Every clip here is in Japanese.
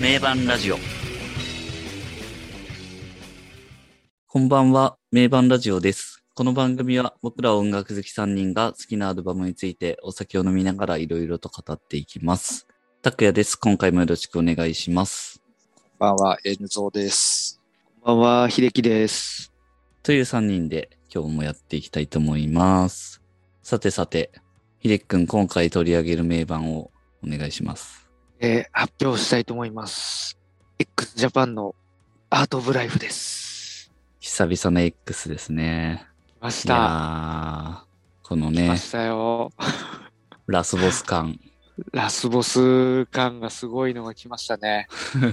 名盤ラジオ。こんばんは、名盤ラジオです。この番組は僕ら音楽好き3人が好きなアルバムについてお酒を飲みながらいろいろと語っていきます。拓也です。今回もよろしくお願いします。 こんばんは、Nゾウです。 こんばんは、秀樹です。 という3人で今日もやっていきたいと思います。さて、秀樹くん、今回取り上げる名盤をお願いします。 発表したいと思います。x ジャパンのアートオブライフです。 久々の X ですね。 来ました。 いやこのね、 来ましたよ。 ラスボス感。 ラスボス感がすごいのが来ましたね。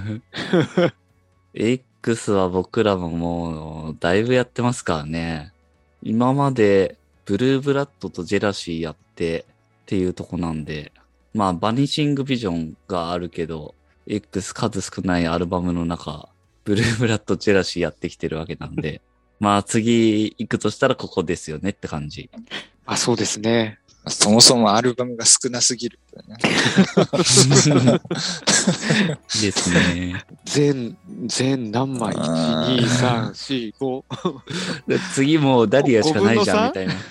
X は僕らももうだいぶやってますからね。今までブルーブラッドとジェラシーやってっていうとこなんで、まあバニシングビジョンがあるけど、X 数少ないアルバムの中、ブルーブラッドジェラシーやってきてるわけなんで、まあ次行くとしたらここですよねって感じ。 あ、そうですね。 そもそもアルバムが少なすぎる、ね。 ですね。 全何枚 ?1、2、3、4、5。 次もうダリアしかないじゃんみたいな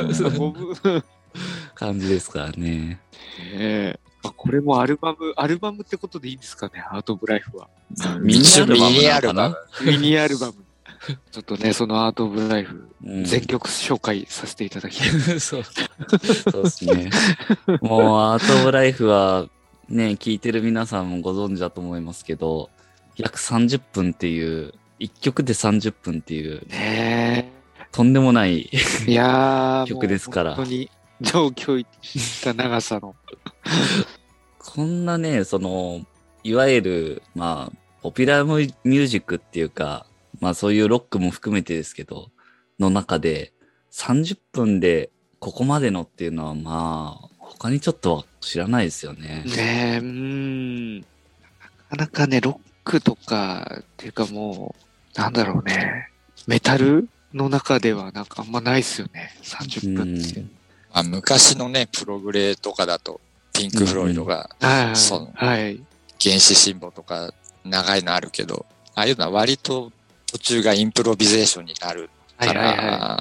5分感じですからね。 これもアルバムってことでいいんですかね、アートオブライフは。 ミニアルバム。 ミニアルバム。ちょっとね、そのアートオブライフ、全曲紹介させていただきたい。 そうですね。もうアートオブライフはね、聞いてる皆さんもご存知だと思いますけど、約30分っていう、1曲で30分っていう、とんでもないいや曲ですから。 本当に上況した長さの。 こんなね、いわゆる、まあ、ポピュラーミュージックっていうか、まあそういうロックも含めてですけど、の中で30分でここまでのっていうのはまあ、他にちょっと知らないですよね。 なかなかね、ロックとかっていうかもう、なんだろうね、メタルの中ではなんかあんまないですよね、30分って。 昔のね、プログレとかだと、ピンク・フロイドが、原始シンボとか長いのあるけど、ああいうのは割と途中がインプロビゼーションになるから、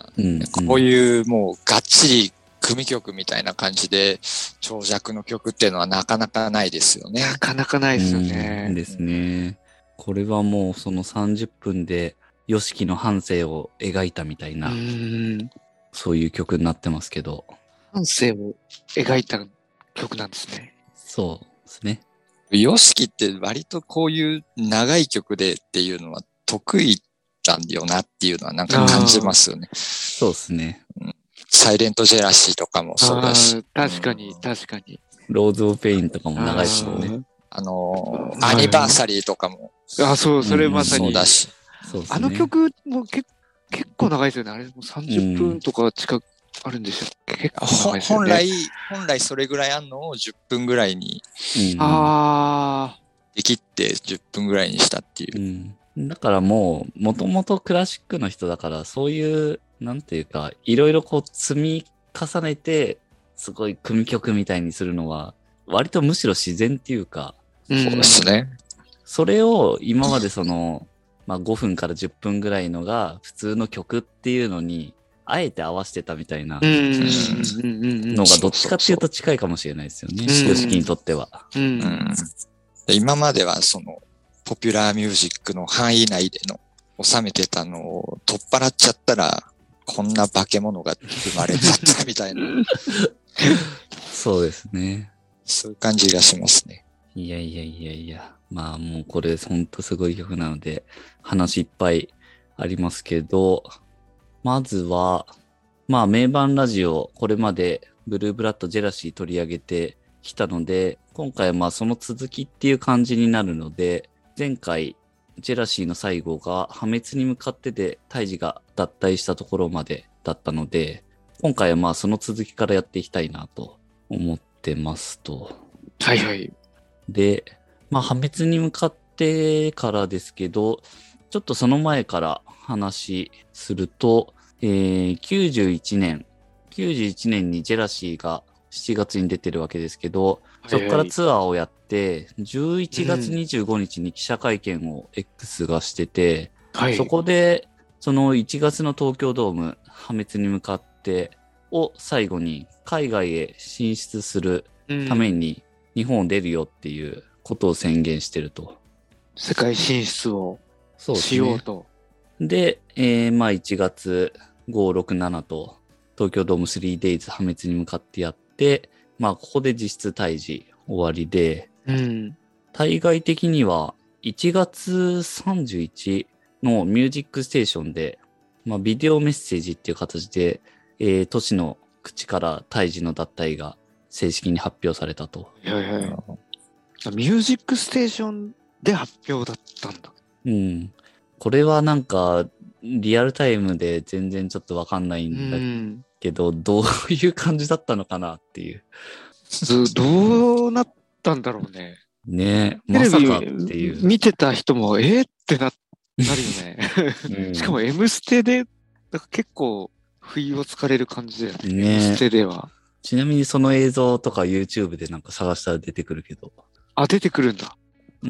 こういうもうがっちり組曲みたいな感じで長尺の曲っていうのはなかなかないですよね。 なかなかないですよね。 ですね。これはもうその30分で YOSHIKI の半生を描いたみたいな、そういう曲になってますけど。 半生を描いた曲なんですね。 そうですね。 YOSHIKIって割とこういう長い曲でっていうのは得意なんだよなっていうのはなんか感じますよね。 そうですね。 サイレントジェラシーとかもそうだし。 確かに。 ローズ・オブ・ペインとかも長いですもんね。 アニバーサリーとかも。 それまさに。 そうだし。 あの曲も結構長いですよね。あれも30分とか近くあるんですよ。結構長いですよね。 本来それぐらいあんのを10分ぐらいに。できって10分ぐらいにしたっていう。 だからもともとクラシックの人だから、そういう、なんていうか、いろいろこう積み重ねて、すごい組曲みたいにするのは、割とむしろ自然っていうか、 そうですね。 それを今までまあ5分から10分ぐらいのが普通の曲っていうのに、あえて合わせてたみたいなのがどっちかっていうと近いかもしれないですよね。YOSHIKIにとっては。 今まではポピュラーミュージックの範囲内での収めてたのを取っ払っちゃったら、こんな化け物が生まれちゃったみたいな。 そうですね。 そういう感じがしますね。 いや。まあもうこれほんとすごい曲なので、話いっぱいありますけど、まずは、まあ名盤ラジオ、これまでブルーブラッドジェラシー取り上げてきたので、今回はまあその続きっていう感じになるので、前回ジェラシーの最後が破滅に向かってでタイジが脱退したところまでだったので、今回はまあその続きからやっていきたいなと思ってますと。で、まあ破滅に向かってからですけど、ちょっとその前から話すると、91年にジェラシーが7月に出てるわけですけど、 そこからツアーをやって、11月25日に記者会見を X がしてて、そこで、その1月の東京ドーム破滅に向かってを最後に海外へ進出するために日本を出るよっていうことを宣言してると。 世界進出をしようと。 で、まあ1月5、6、7と東京ドーム 3days 破滅に向かってやって、まあここで実質退治終わりで、対外的には1月31のミュージックステーションで、まあビデオメッセージっていう形で、都市の口から胎児の脱退が正式に発表されたと。 ミュージックステーションで発表だったんだ。 うん。これはなんか、リアルタイムで全然ちょっとわかんないんだけど、どういう感じだったのかなっていう。 どうなったんだろうね。 ねえ、まさかっていう。 見てた人も、ってなるよね。しかも M ステで、結構、不意をつかれる感じだよね。M ステでは。 ちなみにその映像とか YouTube でなんか探したら出てくるけど。 あ、出てくるんだ。 うん。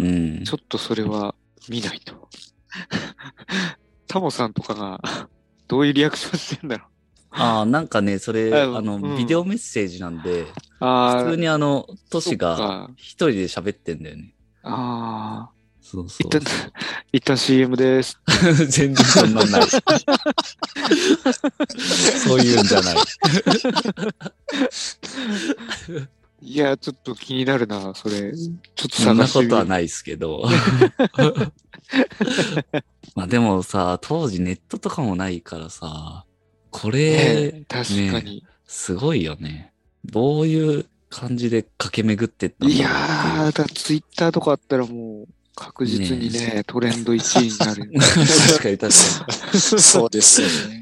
ちょっとそれは見ないと。タモさんとかがどういうリアクションしてんだろう。 ああ、なんかね、それ、ビデオメッセージなんで、普通にトシが一人で喋ってんだよね。 ああ。 そうそう。 一旦 CM です。 全然そんなんない。そういうんじゃない。 いや、ちょっと気になるな、それ。ちょっと探してみる。 そんなことはないですけど。まあでもさ、当時ネットとかもないからさ、これ、 確かに、 すごいよね。どういう感じで駆け巡ってったんだろうっていう。 いやー、ツイッターとかあったらもう、確実にね、トレンド1位になる。 確かに確かに。 そうですよね。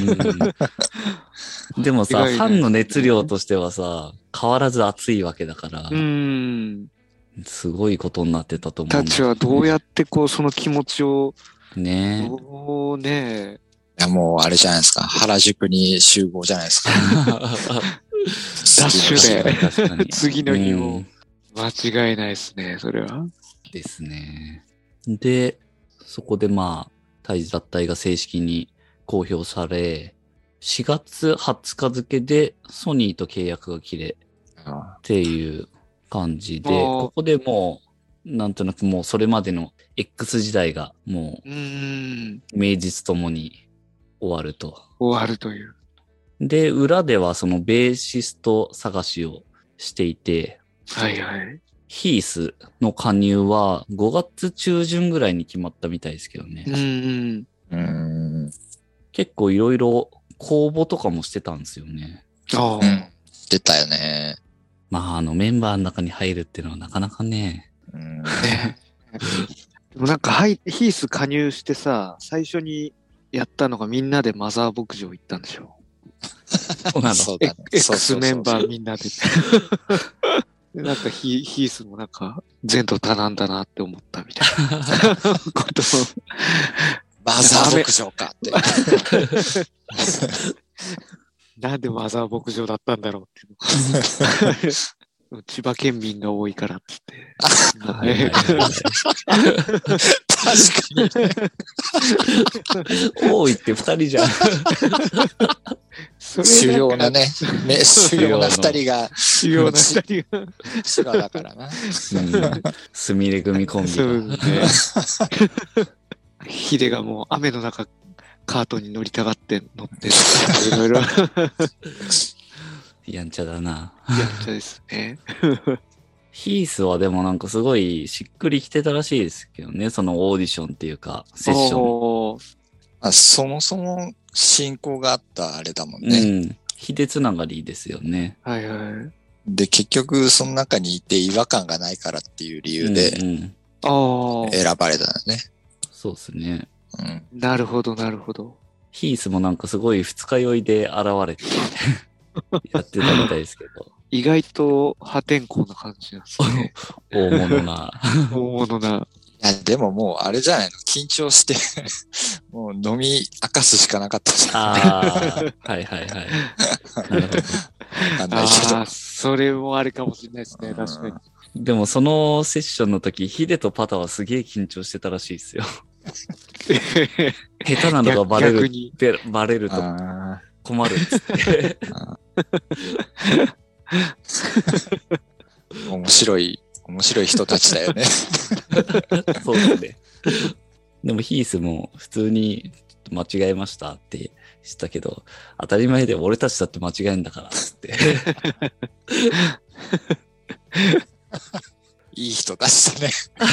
でもさ、ファンの熱量としてはさ、変わらず熱いわけだから、すごいことになってたと思う。 たちはどうやってこう、その気持ちを、 ねえ。 いや、もうあれじゃないですか。原宿に集合じゃないですか。 ダッシュで、次の日も、間違いないですね、それは。 ですね。で、そこでまあ、胎児脱退が正式に公表され、4月20日付でソニーと契約が切れっていう感じで、ここでもう、なんとなくもうそれまでの X 時代がもう、名実ともに終わると。 終わるという。 で、裏ではそのベーシスト探しをしていて、 はいはい。 ヒースの加入は5月中旬ぐらいに決まったみたいですけどね。結構いろいろ公募とかもしてたんですよね。 出たよね。 まあメンバーの中に入るっていうのはなかなかね。 でもなんかヒース加入してさ、最初にやったのがみんなでマザー牧場行ったんでしょ。 そうなの。 X メンバーみんなで。なんかヒースもなんか前途多難だなって思ったみたいなことを。 マザー牧場かって。 なんでマザー牧場だったんだろうっていうの。千葉県民が多いからって言って。 確かに。多いって2人じゃん。 主要なね、主要な2人が。 主要な2人が。 千葉だからな。 すみれ組コンビが。 ヒデがもう雨の中、カートに乗りたがって乗って、いろいろ。 やんちゃだな。 やんちゃですね。 ヒースはでもなんかすごいしっくりきてたらしいですけどね。そのオーディションっていうか、セッション。 そもそも親交があったあれだもんね。 秀つながりですよね。 はいはい。 で、結局その中にいて違和感がないからっていう理由で、選ばれたんだね。 そうですね。 なるほど、なるほど。 ヒースもなんかすごい二日酔いで現れてやってたみたいですけど。 意外と破天荒な感じなんですね。 大物な。 大物な。 いや、でももうあれじゃないの。緊張してもう飲み明かすしかなかったじゃん。 はいはいはい。なるほど。 わかんないけど。 それもあるかもしれないですね、確かに。 でもそのセッションの時、ヒデとパタはすげえ緊張してたらしいですよ。下手なのがバレると困るっつって。 面白い人たちだよね。 そうですね。でもヒースも普通に間違えましたってしたけど、当たり前で俺たちだって間違えんだからっつって。 いい人たちだね。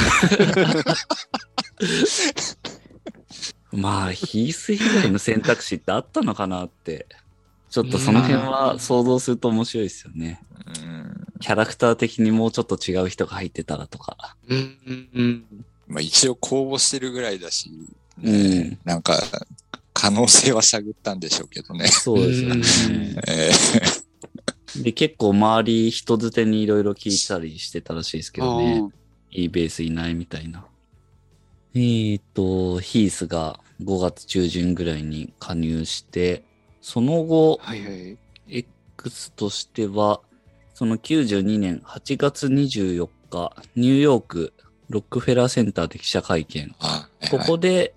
まあ、ヒース以外の選択肢ってあったのかなって、ちょっとその辺は想像すると面白いですよね。キャラクター的にもうちょっと違う人が入ってたらとか。 まあ一応公募してるぐらいだし、なんか可能性は探ったんでしょうけどね。 そうですよね。で、結構周り人づてにいろいろ聞いたりしてたらしいですけどね。いいベースいないみたいな。ヒースが5月中旬ぐらいに加入して、その後、X としては、その92年8月24日、ニューヨークロックフェラーセンターで記者会見。ここで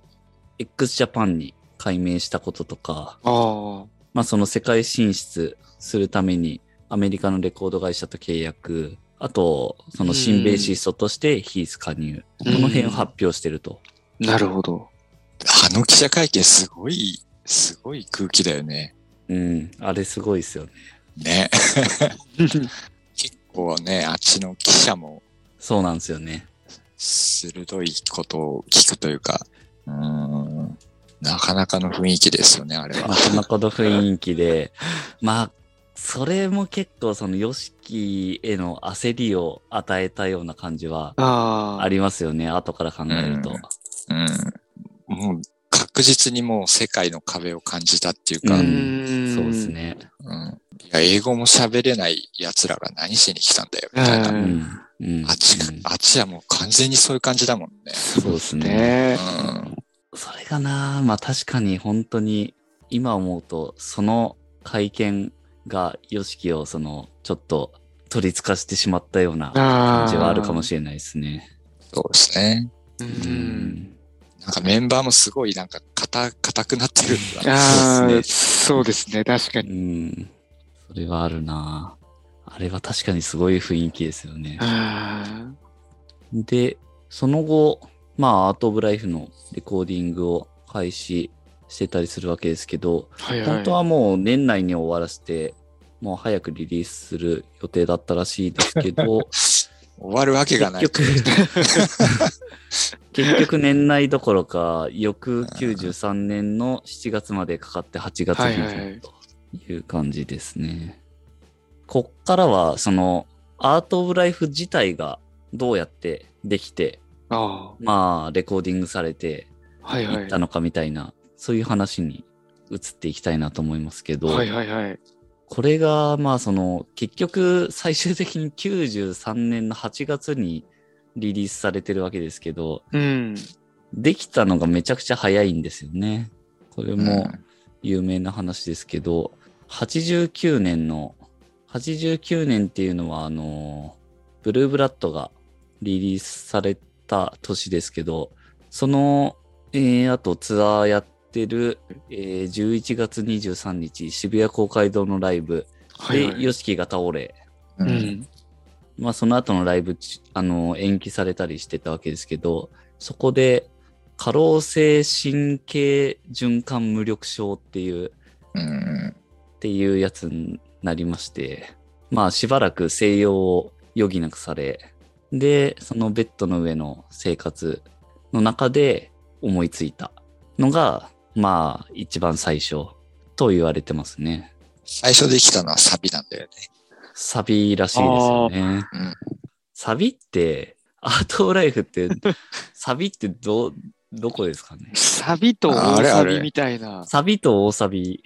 x ジャパンに改名したこととか、まあその世界進出するためにアメリカのレコード会社と契約、あとその新ベーシストとしてヒース加入、この辺を発表してると。 なるほど。 あの記者会見すごい空気だよね。 あれすごいですよね。 ね。結構ね、あっちの記者も。 そうなんですよね。 鋭いことを聞くというか、なかなかの雰囲気ですよね、あれは。 なかなかの雰囲気で、まあ、それも結構そのヨシキへの焦りを与えたような感じはありますよね、後から考えると。 もう確実にもう世界の壁を感じたっていうか。 そうですね。 いや、英語も喋れない奴らが何しに来たんだよ、みたいな。あっちはもう完全にそういう感じだもんね。 そうですね。それがな、まあ確かに本当に今思うと、その会見がヨシキをちょっと取り付かせてしまったような感じはあるかもしれないですね。 そうですね。なんかメンバーもすごいなんか硬くなってるんだ。そうですね、確かに。それはあるな。あれは確かにすごい雰囲気ですよね。で、その後、まあアートオブライフのレコーディングを開始してたりするわけですけど、本当はもう年内に終わらせて、もう早くリリースする予定だったらしいですけど、 終わるわけがない。 結局年内どころか、翌93年の7月までかかって8月にという感じですね。こっからは、その、アートオブライフ自体がどうやってできて、まあ、レコーディングされていったのかみたいな、そういう話に移っていきたいなと思いますけど、これが、まあ結局最終的に93年の8月にリリースされてるわけですけど、できたのがめちゃくちゃ早いんですよね。これも有名な話ですけど、89年っていうのはブルーブラッドがリリースされた年ですけど、その、あとツアーやってる、11月23日渋谷公会堂のライブでヨシキが倒れ、まあその後のライブ延期されたりしてたわけですけど、そこで過労性神経循環無力症っていうやつになりまして、まあしばらく静養を余儀なくされ、でそのベッドの上の生活の中で思いついたのがまあ一番最初と言われてますね。 最初できたのはサビなんだよね。 サビらしいですよね。サビってアートライフってサビってどこですかね。 サビと大サビみたいな。 サビと大サビ。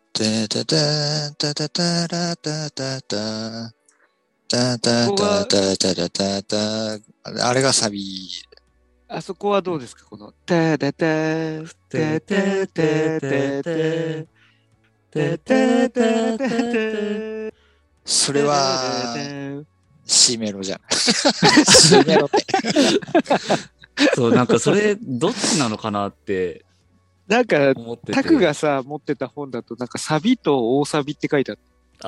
あれがサビ。 あそこはどうですか、このタタタタタタタタタタタタタタそれは、C メロじゃん。C メロって。 そう、なんかそれ、どっちなのかなってなんか、 思ってて。 タクがさ、持ってた本だと、なんかサビと大サビって書いてあった。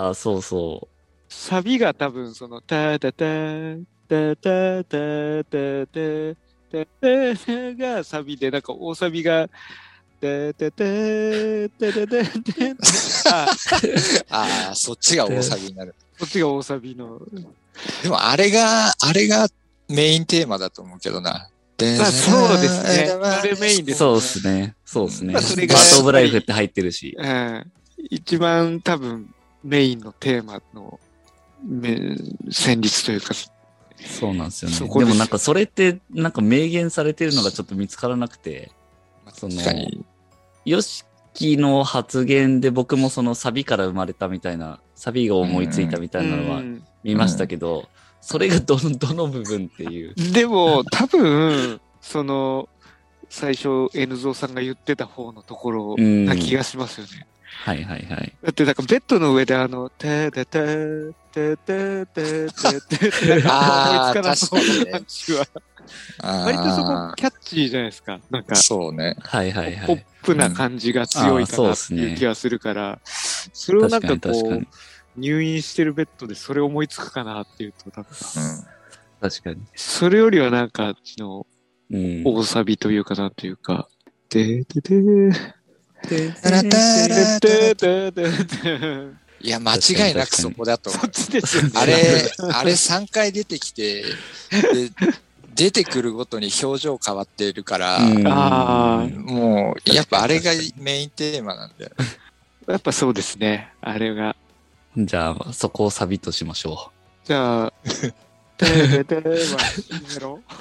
あ、そうそサビが多分その、タタタタタタタタタタがサビで、なんか大サビが、タタタタタタタああ、そっちが大サビになる。 こっちが大サビの。 でもあれがメインテーマだと思うけどな。 まあそうですね。それメインう。 です。 そうですね。そうですね。 まあそれがパートオブライフって入ってるし。 うん。一番多分メインのテーマの旋律というか。 そうなんですよね。 そこですでもなんかそれってなんか明言されてるのがちょっと見つからなくて、その、 確かに。 ヨシキの発言で僕もそのサビから生まれたみたいな、サビが思いついたみたいなのは見ましたけど、それがどの部分っていう。 でも多分、その、最初 N ゾーさんが言ってた方のところな気がしますよね。 はいはいはい。 だってなんかベッドの上でタタタタタタタタああ、 思いつかなそうな感じは。割とそこあキャッチーじゃないですか。なんあ、 か、 そうね。 はいはいはポッい。 プな感じが強いかなっていう気がするから、それをなんかこう、入院してるベッドでそれを思いつくかなっていうと、なんか、 確かに。 それよりはなんかあっちのうん。 大サビというかなというか、でででいや、間違いなくそこだと思う。 そっちですよね。 あれ3回出てきて、で、出てくるごとに表情変わっているから、 あもう、やっぱあれがメインテーマなんだよ。 やっぱそうですね。あれが。 じゃあ、そこをサビとしましょじゃあ、テテテは C メロ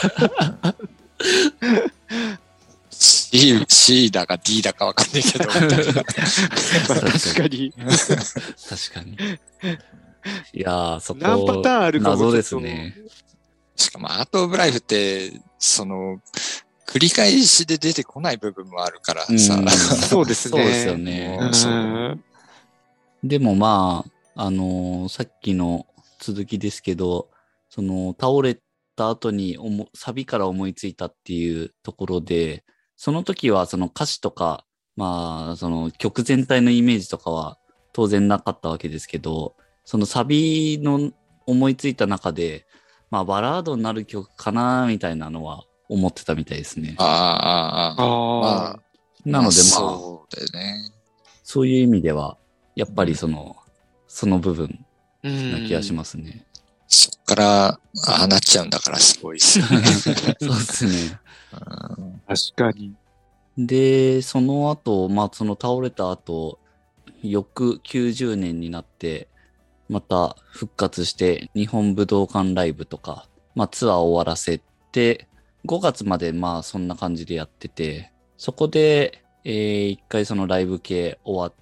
C だか D だかわかんないけど。 確かに。 う。確かに。いやー、そこ、 何パターンあるかも謎ですね。 しかも、アートオブライフって、その、繰り返しで出てこない部分もあるからさ。 そうですね。 そうですよね。でもまあ、さっきの続きですけど、その、倒れた後にサビから思いついたっていうところで、その時はその歌詞とか、まあ、その曲全体のイメージとかは当然なかったわけですけど、そのサビの思いついた中で、まあ、バラードになる曲かな、みたいなのは思ってたみたいですね。 ああ。 なのでまあ、 そうだよね。 そういう意味では、やっぱりその部分な気がしますね。 そっから、ああなっちゃうんだからすごいですよね。 そうですね。 確かに。 で、その後、まあその倒れた後、翌90年になって、また復活して日本武道館ライブとか、まあツアーを終わらせて、5月までまあそんな感じでやってて、そこで、一回そのライブ系終わって、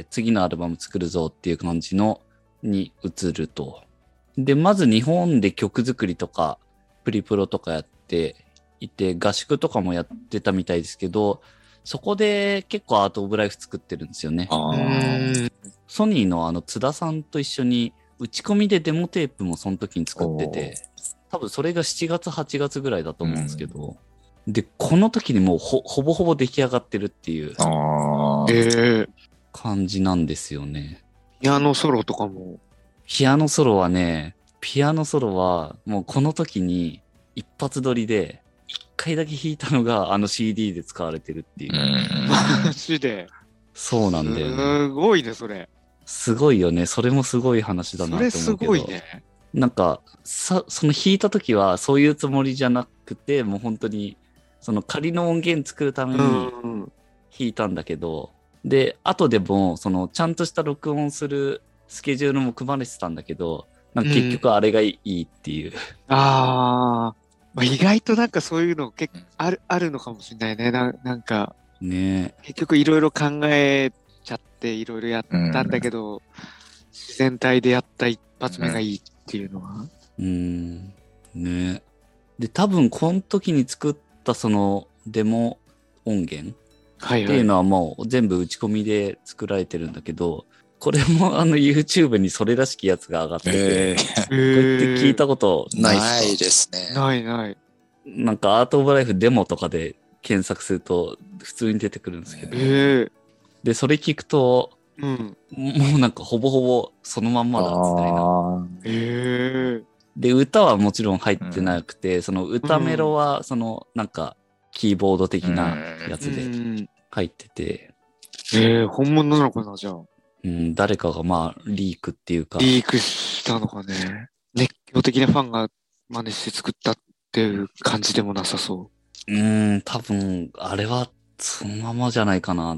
次のアルバム作るぞっていう感じのに移ると。で、まず日本で曲作りとか、プリプロとかやっていて、合宿とかもやってたみたいですけど、そこで結構アートオブライフ作ってるんですよね。ソニーの津田さんと一緒に打ち込みでデモテープもその時に作ってて、多分それが7月8月ぐらいだと思うんですけど、で、この時にもうほぼほぼ出来上がってるっていう感じなんですよね。 ピアノソロとかも。 ピアノソロはもうこの時に一発撮りで一回だけ弾いたのがCD で使われてるっていう。 マジで。 そうなんだよね。 すごいね、それ。 すごいよね。それもすごい話だなと思うけど。 それすごいね。 なんか、その弾いた時はそういうつもりじゃなくて、もう本当に、その仮の音源作るために弾いたんだけど、で、後でも、ちゃんとした録音するスケジュールも組まれてたんだけど、なんか結局あれがいいっていう。 まあ、意外となんかそういうの結構あるのかもしれないね。なんか、 ね、 結局いろいろ考えちゃっていろいろやったんだけど、自然体でやった一発目がいいっていうのは。 ね。で、多分この時に作ったそのデモ音源っていうのはもう全部打ち込みで作られてるんだけど、 これもYouTube にそれらしきやつが上がってて、これって聞いたことないないですね。 ないない。 なんかアートオブライフデモとかで検索すると普通に出てくるんですけど、で、それ聞くと、もうなんかほぼほぼそのまんまだみたいな。で、歌はもちろん入ってなくて、その歌メロはそのなんかキーボード的なやつで入ってて。 本物なのかな、じゃあ。 誰かがまあリークっていうか。 リークしたのかね。熱狂的なファンが真似して作ったっていう感じでもなさそう。 多分、あれはそのままじゃないかなって。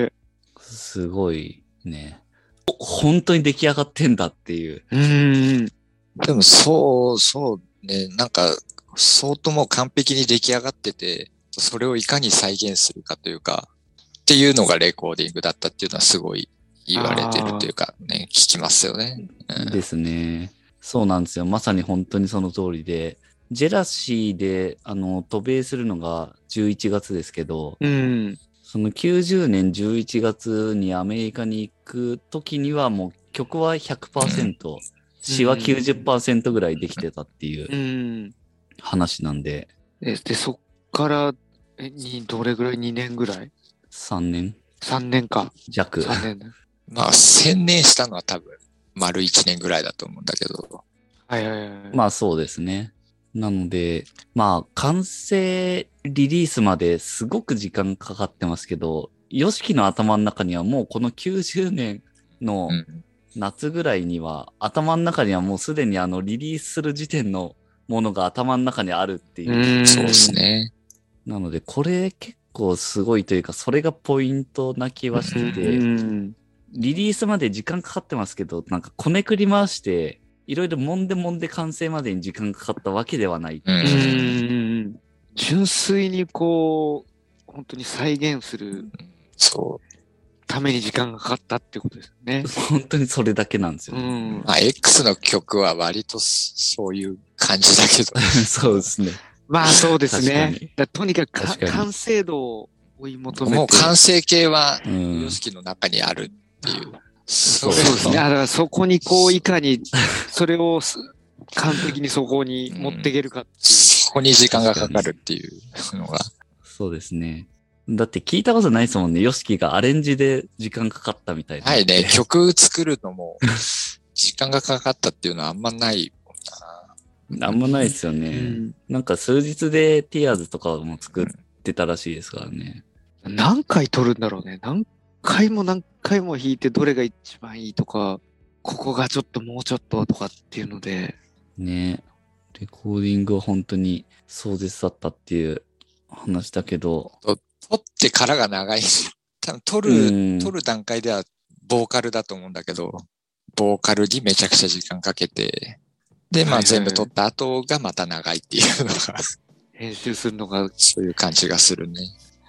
すごいね。本当に出来上がってんだっていう。 でもそうね、なんか、相当もう完璧に出来上がってて、それをいかに再現するかというか、っていうのがレコーディングだったっていうのはすごい言われてるというかね、聞きますよね。 ですね。そうなんですよ。まさに本当にその通りで、ジェラシーで、渡米するのが11月ですけど、その90年11月にアメリカに行く時にはもう曲は 100%、詩は 90% ぐらいできてたっていう話なんで。 で、そっから、どれぐらい ?2 年ぐらい ?3 年 ?3 年か。 弱。 3年ね。 まあ、専念したのは多分、丸1年ぐらいだと思うんだけど。 まあそうですね。なので、まあ完成リリースまですごく時間かかってますけど、YOSHIKIの頭の中にはもうこの90年の夏ぐらいには、頭の中にはもうすでにリリースする時点のものが頭の中にあるっていう。 そうですね。 なのでこれ結構すごいというか、それがポイントな気はしてて、リリースまで時間かかってますけど、なんかこねくり回して、いろいろもんで完成までに時間かかったわけではない。 純粋にこう、本当に再現するために時間がかかったってことですね。 本当にそれだけなんですよ、 まあ、X の曲は割とそういう感じだけど。 そうですね。 まあそうですね。とにかく完成度を追い求めて。 もう完成形は、YOSHIKIの中にあるっていう。 そうですね。だからそこにこういかに、それを完璧にそこに持っていけるかっていう。 そこに時間がかかるっていうのが。 そうですね。だって聞いたことないですもんね。YOSHIKIがアレンジで時間かかったみたいな。 はいね。曲作るのも時間がかかったっていうのはあんまないもんな。あんまないですよね。なんか数日で Tears とかも作ってたらしいですからね。 何回撮るんだろうね。何回も弾いてどれが一番いいとか、ここがちょっともうちょっととかっていうので。 ね。レコーディングは本当に壮絶だったっていう話だけど。 撮ってからが長いし、多分撮る段階ではボーカルだと思うんだけど、ボーカルにめちゃくちゃ時間かけて、で、まあ全部撮った後がまた長いっていうのが、 編集するのが、 そういう感じがするね。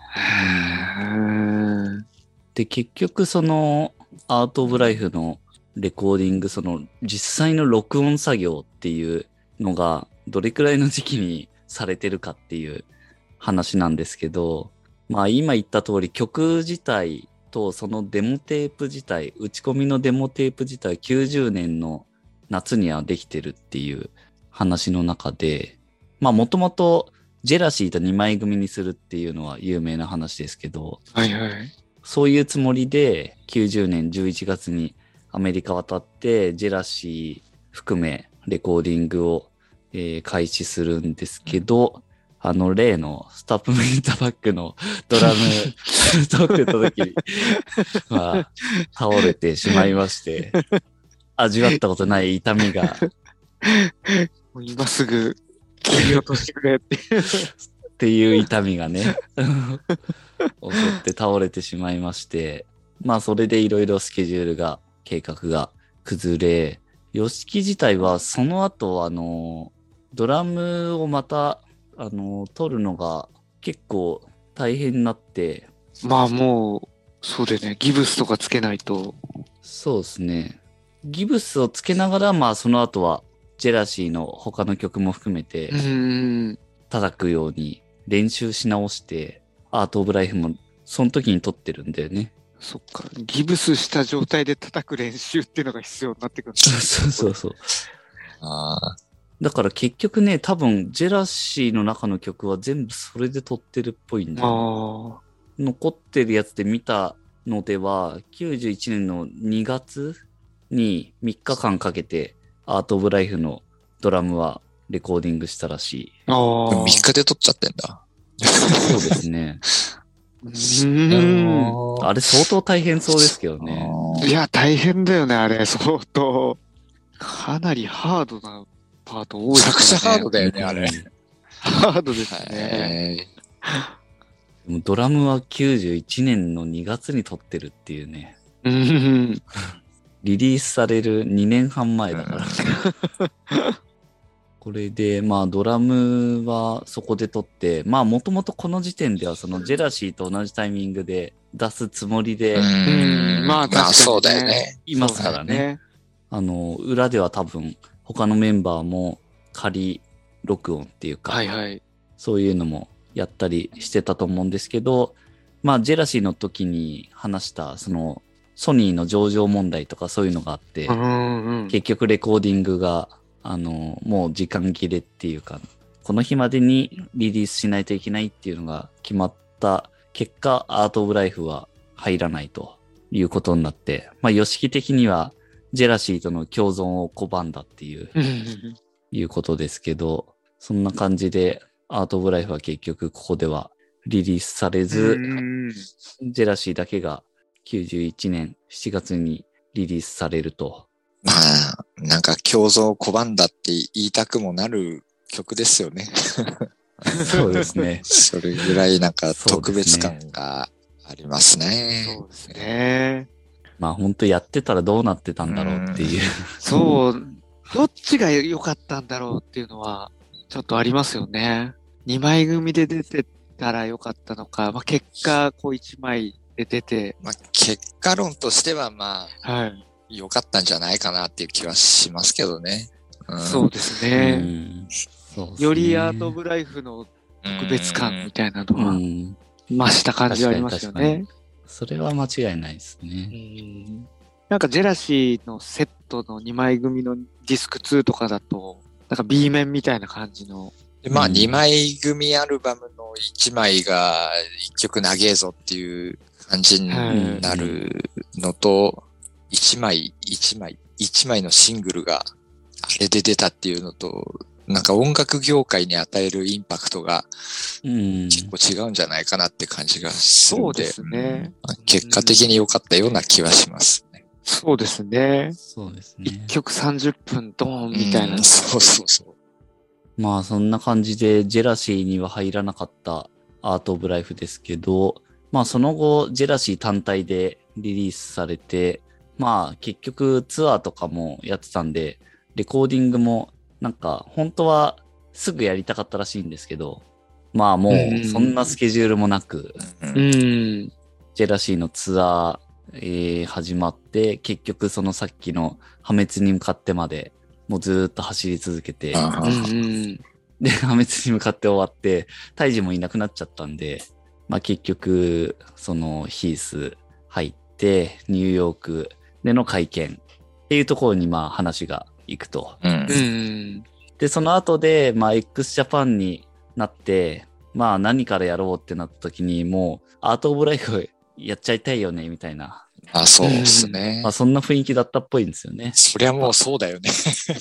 で、結局そのアートオブライフのレコーディング、その実際の録音作業っていうのがどれくらいの時期にされてるかっていう話なんですけど、まあ今言った通り曲自体とそのデモテープ自体、打ち込みのデモテープ自体90年の夏にはできてるっていう話の中で、まあもともとジェラシーと2枚組にするっていうのは有名な話ですけど、そういうつもりで90年11月にアメリカ渡ってジェラシー含めレコーディングを、開始するんですけど、例のスタップミントバックのドラムトークの時に、まあ、倒れてしまいまして、味わったことない痛みが。 今すぐ切り落としてくれっていう痛みがね、襲って倒れてしまいまして、まあそれでいろいろスケジュールが、計画が崩れ、YOSHIKI自体はその後ドラムをまた撮るのが結構大変になって。 まあもう、そうでね、ギブスとかつけないと。 そうですね。ギブスをつけながら、まあその後は、ジェラシーの他の曲も含めて、叩くように練習し直して、アートオブライフもその時に撮ってるんだよね。 そっか。ギブスした状態で叩く練習っていうのが必要になってくる。 そう。だから結局ね、多分、ジェラシーの中の曲は全部それで撮ってるっぽいんだよね。残ってるやつで見たのでは、91年の2月に3日間かけて、アート・オブ・ライフのドラムはレコーディングしたらしい。 3日で撮っちゃってんだ。 そうですね。あれ相当大変そうですけどね。 いや、大変だよね、あれ、相当。かなりハードなパート多い、ね。めちゃくちゃハードだよね、あれ。 ハードですね。 でもドラムは91年の2月に撮ってるっていうね。リリースされる2年半前だから。これで、まあドラムはそこで撮って、まあもともとこの時点ではそのジェラシーと同じタイミングで出すつもりで、 まあ確かに、ね、 そうだよね。 いますからね。裏では多分他のメンバーも仮録音っていうか、そういうのもやったりしてたと思うんですけど、まあジェラシーの時に話したそのソニーの上場問題とかそういうのがあって、結局レコーディングがもう時間切れっていうか、この日までにリリースしないといけないっていうのが決まった結果、アート・オブ・ライフは入らないということになって、まあ、ヨシキ的にはジェラシーとの共存を拒んだっていうことですけど、そんな感じでアート・オブ・ライフは結局ここではリリースされず、ジェラシーだけが91年7月にリリースされると。 まあ、なんか共存を拒んだって言いたくもなる曲ですよね。 そうですね。 それぐらいなんか特別感がありますね。 そうですね。 まあ本当やってたらどうなってたんだろうっていう。 そう。どっちが良かったんだろうっていうのはちょっとありますよね。2枚組で出てたら良かったのか、まあ結果こう1枚で出て。 まあ結果論としてはまあ、良かったんじゃないかなっていう気はしますけどね。 そうですね。よりアート・オブ・ライフの特別感みたいなのは増した感じはありますよね。 それは間違いないですね。 なんかジェラシーのセットの2枚組のディスク2とかだと、なんか B 面みたいな感じの。 まあ2枚組アルバムの1枚が1曲長えぞっていう感じになるのと、1枚のシングルがあれで出たっていうのと、なんか音楽業界に与えるインパクトが結構違うんじゃないかなって感じがするので、 そうですね。 結果的に良かったような気はしますね。 そうですね。 そうですね。 1曲30分ドーンみたいな。 そう。 まあそんな感じでジェラシーには入らなかったアート・オブ・ライフですけど、まあその後ジェラシー単体でリリースされて、まあ結局ツアーとかもやってたんで、レコーディングもなんか本当はすぐやりたかったらしいんですけど、まあもうそんなスケジュールもなく、ジェラシーのツアー、始まって、結局そのさっきの破滅に向かってまでもうずーっと走り続けて、で、破滅に向かって終わって、タイジもいなくなっちゃったんで、まあ結局そのヒース入って、ニューヨークでの会見っていうところにまあ話が行くと。で、その後で、まあ x ジャパンになって、まあ何からやろうってなった時にもうアート・オブ・ライフやっちゃいたいよね、みたいな。 そうですね。 まあそんな雰囲気だったっぽいんですよね。 そりゃもうそうだよね。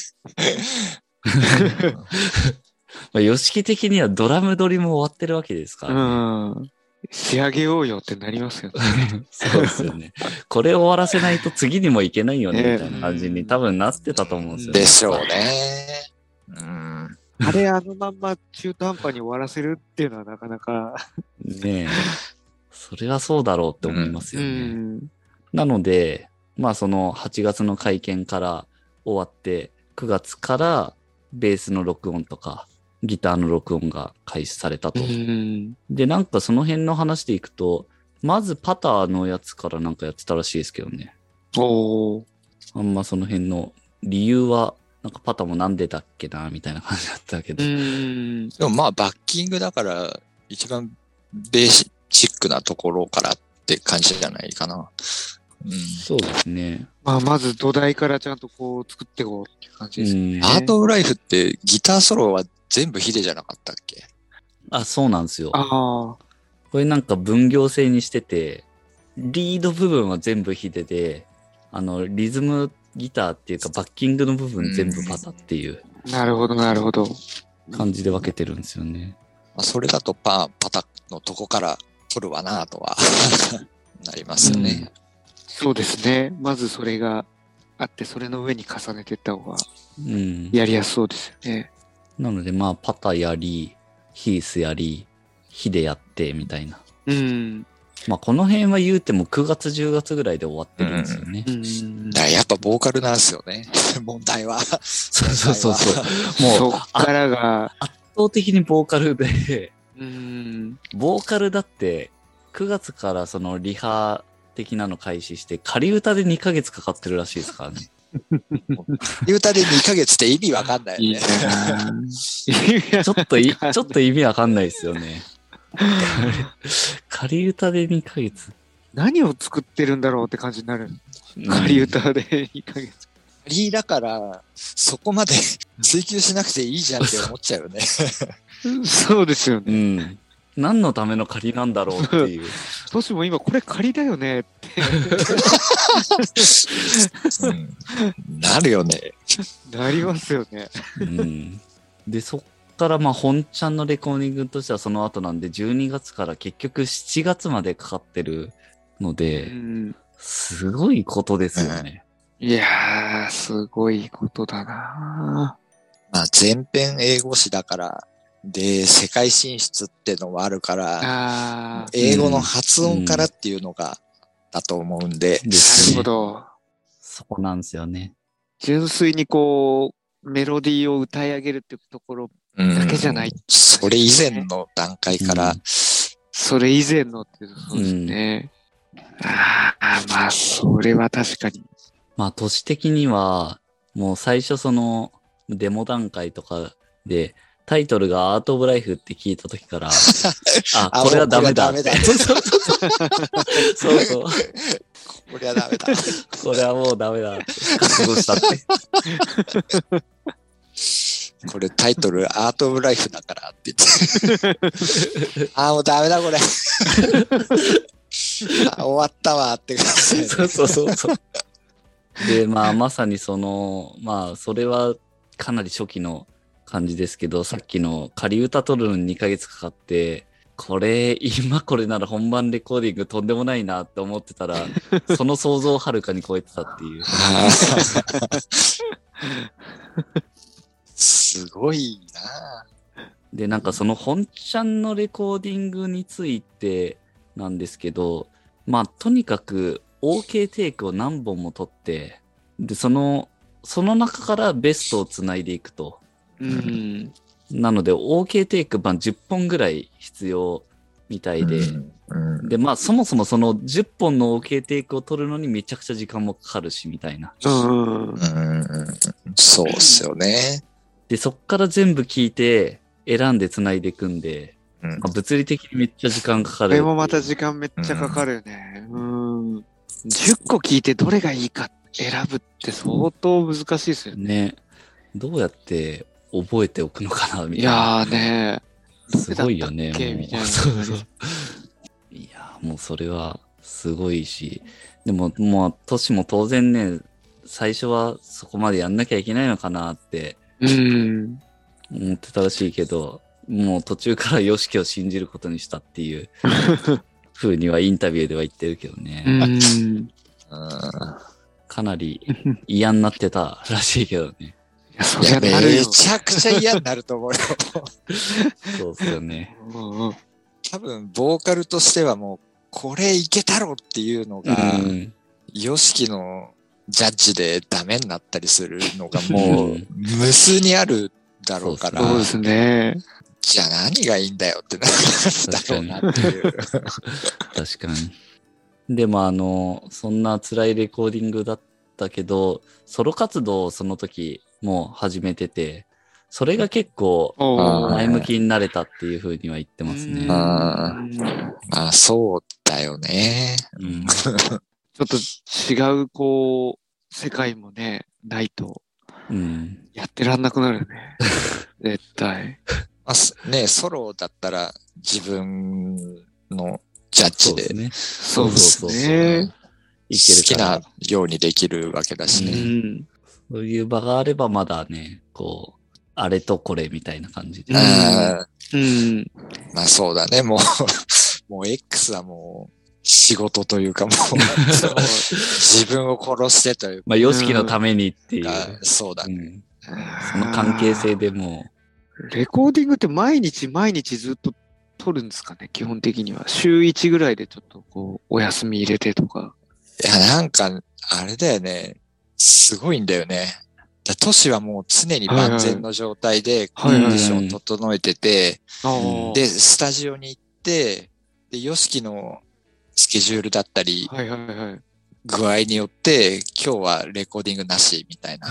まあ、ヨシキ的にはドラム取りも終わってるわけですからね。 仕上げようよってなりますよね。 そうですよね。これを終わらせないと次にもいけないよね、みたいな感じに多分なってたと思うんですよね。 でしょうね。 あれあのまんま中途半端に終わらせるっていうのはなかなか。 ねえ。それはそうだろうって思いますよね。なので、まあその8月の会見から終わって、9月からベースの録音とか、ギターの録音が開始されたと。で、なんかその辺の話でいくと、まずパターのやつからなんかやってたらしいですけどね。あんまその辺の理由は、なんかパターもなんでだっけな、みたいな感じだったけど。 でもまあバッキングだから、一番ベーシックなところからって感じじゃないかな。うん、 そうですね。 まあ、まず土台からちゃんとこう作っていこうっていう感じですね。 アートオブライフってギターソロは全部ヒデじゃなかったっけ？ そうなんですよ。 ああ。 これなんか分業制にしてて、リード部分は全部ヒデで、リズムギターっていうかバッキングの部分全部パタっていうなるほど、なるほど。 感じで分けてるんですよね。 まあ、それだとパタのとこから取るわなとはなりますよね。 そうですね。まずそれがあって、それの上に重ねていった方がやりやすそうですよね。 なのでまあパタやり、ヒースやり、ヒデやってみたいな。まあこの辺は言うても9月10月ぐらいで終わってるんですよね。 だからやっぱボーカルなんですよね。問題は。 そう。 もうそっからが圧倒的にボーカルで、ボーカルだって9月からそのリハ的なの開始して仮歌で2ヶ月かかってるらしいですからね。 仮歌で2ヶ月って意味わかんないよね。 ちょっと意味わかんないですよね。仮歌で2ヶ月。 何を作ってるんだろうって感じになる。仮歌で2ヶ月。 仮だから、そこまで追求しなくていいじゃんって思っちゃうよね。 そうですよね。 何のための仮なんだろうっていう。 どうしても今これ仮だよねって。 なるよね。 なりますよね。 で、そっからまあ本ちゃんのレコーディングとしてはその後なんで12月から結局7月までかかってるので、すごいことですよね。 いやー、すごいことだな。 まあ全編英語詞だから、で、世界進出ってのもあるから、英語の発音からっていうのが、だと思うんで。 なるほど。 そこなんですよね。 純粋にこう、メロディーを歌い上げるってところだけじゃない、 それ以前の段階から。 それ以前のってそうですね。まあ、それは確かに。 まあ、都市的には、もう最初その、デモ段階とかで、タイトルがアートオブライフって聞いたときから、これはダメだって。そうそう。 これはダメだ。 これはもうダメだって。覚悟したって。 これタイトルアートオブライフだからって言って。もうダメだこれ。終わったわって感じ。 そう。で、まあ、まさにその、まあ、それはかなり初期の感じですけど、さっきの仮歌取るのに2ヶ月かかって、今これなら本番レコーディングとんでもないなって思ってたら、その想像をはるかに超えてたっていう。 すごいな。 で、なんかその本ちゃんのレコーディングについてなんですけど、まあ、とにかく OK テイクを何本も取って、で、その中からベストをつないでいくと。なので、OK テイク10本ぐらい必要みたいで、で、まあ、そもそもその10本の OK テイクを取るのにめちゃくちゃ時間もかかるし、みたいな。 そうっすよね。 で、そっから全部聞いて、選んでつないでいくんで、まあ、物理的にめっちゃ時間かかる。 これもまた時間めっちゃかかるよね。10個聞いてどれがいいか選ぶって相当難しいですよね。 ね。どうやって覚えておくのかなみたいな。 いやーね。 すごいよね。 そう。 いやーもうそれはすごいし、でももうトシも当然ね、最初はそこまでやんなきゃいけないのかなって思ってたらしいけど、もう途中からヨシキを信じることにしたっていう風にはインタビューでは言ってるけどね。かなり嫌になってたらしいけどね。 いや、めちゃくちゃ嫌になると思うよ。 そうっすよね。 多分、ボーカルとしてはもう、これいけたろっていうのが、ヨシキのジャッジでダメになったりするのがもう、無数にあるだろうから。 そうですね。 じゃあ何がいいんだよってなるだろうなっていう。 確かに。でもそんな辛いレコーディングだったけど、ソロ活動をその時もう始めてて、 それが結構おー前向きになれたっていう風には言ってますね。 まあ、そうだよね。 うんちょっと違う、こう、世界もね、ないと、 うん。 やってらんなくなるよね。絶対。 まあ、ね、ソロだったら自分のジャッジで、 そうですね。 そうそうですね。 いける好きからなようにできるわけだしうね。 ん。 そういう場があればまだね、こう、あれとこれみたいな感じで。 うんあーうん。 まあそうだね、もう、もう X はもう仕事というかもう、自分を殺してというまあ、ヨシキのためにっていう。 か、そうだね。 うん、その関係性でもレコーディングって毎日毎日ずっと撮るんですかね、基本的には。週1ぐらいでちょっとこう、お休み入れてとか。 いや、なんか、あれだよね。すごいんだよね。都市はもう常に万全の状態でコンディションを整えてて、で、スタジオに行って、で、ヨシキのスケジュールだったり、 はいはいはい。 具合によって、今日はレコーディングなし、みたいな。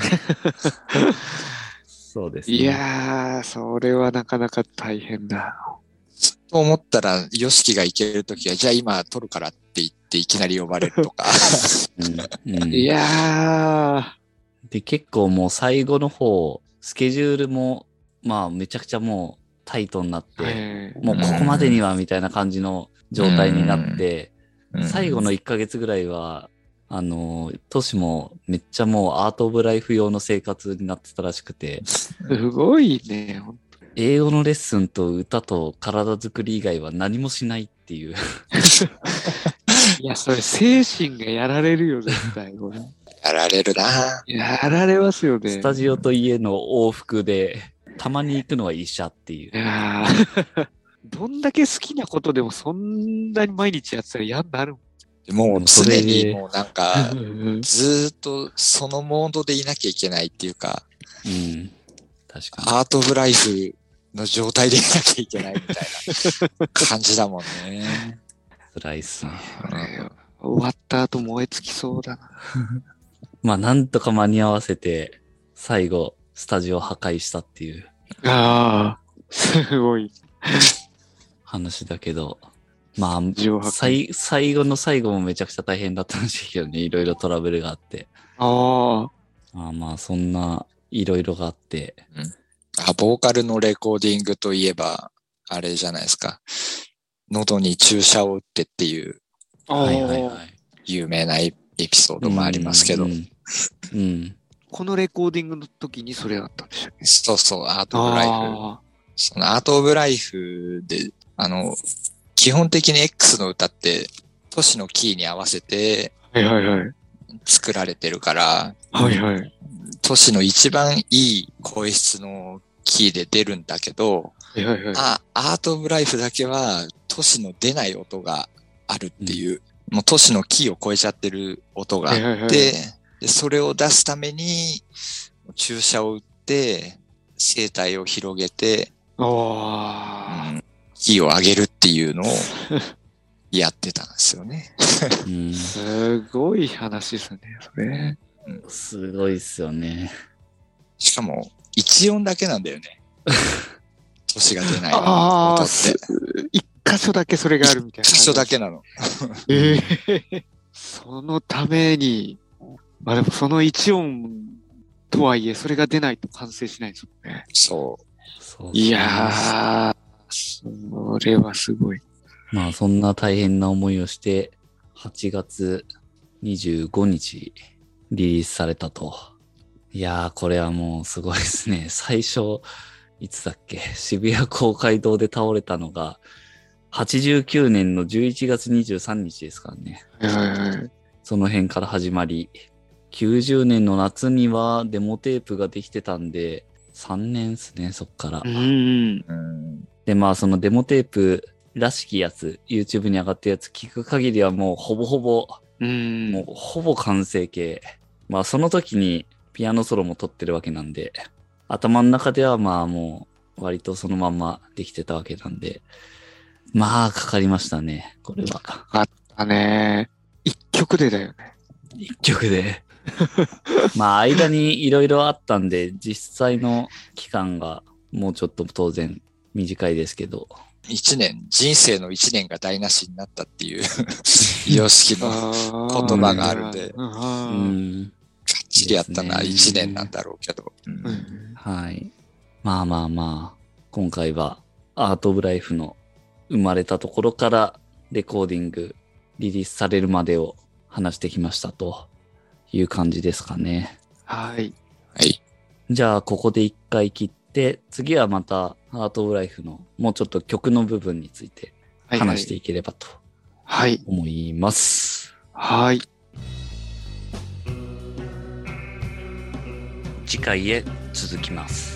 そうですね。 いやー、それはなかなか大変だ。 と思ったら、ヨシキが行けるときは、じゃあ今撮るからって言っていきなり呼ばれるとか。 いやで、結構もう最後の方、スケジュールも、まあめちゃくちゃもうタイトになって、 ー、 もうここまでにはみたいな感じの状態になって、 うん最後の1ヶ月ぐらいは、都市もめっちゃもうアートオブライフ用の生活になってたらしくて、 すごいね。 英語のレッスンと歌と体作り以外は何もしないっていう。 いや、それ精神がやられるよ、絶対。これやられるな。 やられますよね。 スタジオと家の往復で、たまに行くのは医者っていうい。やーどんだけ好きなことでもそんなに毎日やってたら嫌になるももうそれ常にもうなんか、 ん。 ずーっとそのモードでいなきゃいけないっていうか、 うん。確かに。 アートオブライフの状態でいなきゃいけないみたいな感じだもんね。 辛いっすね。 終わった後燃え尽きそうだな。 まあ、なんとか間に合わせて、最後、スタジオを破壊したっていうああ、すごい。 話だけど、ま上あ、 白最後の最後もめちゃくちゃ大変だったんですけどね、いろいろトラブルがあって。 あまあ、そんな、いろいろがあって。 ボーカルのレコーディングといえば、あれじゃないですか。喉に注射を打ってっていうあ。 はいはいはい。 有名なエピソードもありますけど、 うん。 このレコーディングの時にそれあったんでしたっけ？ そうそう、アートオブライフ。 あそのアートオブライフで、基本的に X の歌って、都市のキーに合わせてあ。はいはいはい。 作られてるから、 はいはい。 都市の一番いい声質のキーで出るんだけど、 はいはいはい。 アートオブライフだけは都市の出ない音があるっていう、もう都市のキーを超えちゃってる音があって、 はいはいはいでそれを出すために注射を打って声帯を広げて、 あキーを上げるっていうのをやってたんですよね。 うんあ。すごい話ですね、それ。 すごいっすよね。 しかも一音だけなんだよね。都市が出ないああ、 音って。 一箇所だけそれがあるみたいな。 一箇所だけなの。 ええそのために、まあでもその一音とはいえ、それが出ないと完成しないですもんね。 そう。 そういやー、それはすごい。 まあそんな大変な思いをして、8月25日リリースされたと。いやー、これはもうすごいですね。最初、いつだっけ、渋谷公会堂で倒れたのが、89年の11月23日ですからね。 はいはいはい。 その辺から始まり、90年の夏にはデモテープができてたんで、3年ですね、そっから。 うん。 で、まあそのデモテープらしきやつ、YouTube に上がったやつ聞く限りはもうほぼほぼ、 うん。 もうほぼ完成形。まあその時にピアノソロも撮ってるわけなんで、頭の中ではまあもう割とそのまんまできてたわけなんで、まあかかりましたね、これは。 あったね。一曲でだよね。 一曲で。 まあ間にいろいろあったんで、実際の期間がもうちょっと当然短いですけど。 一年、人生の一年が台無しになったっていう様式の言葉があるんで、かっちりやったな、一年なんだろうけど。 はい。まあまあまあ、今回はアートオブライフの生まれたところからレコーディング、リリースされるまでを話してきましたという感じですかね。 はい。 はい。 じゃあ、ここで一回切って、次はまたアートオブライフのもうちょっと曲の部分について話していければと思います。 はい。 次回へ続きます。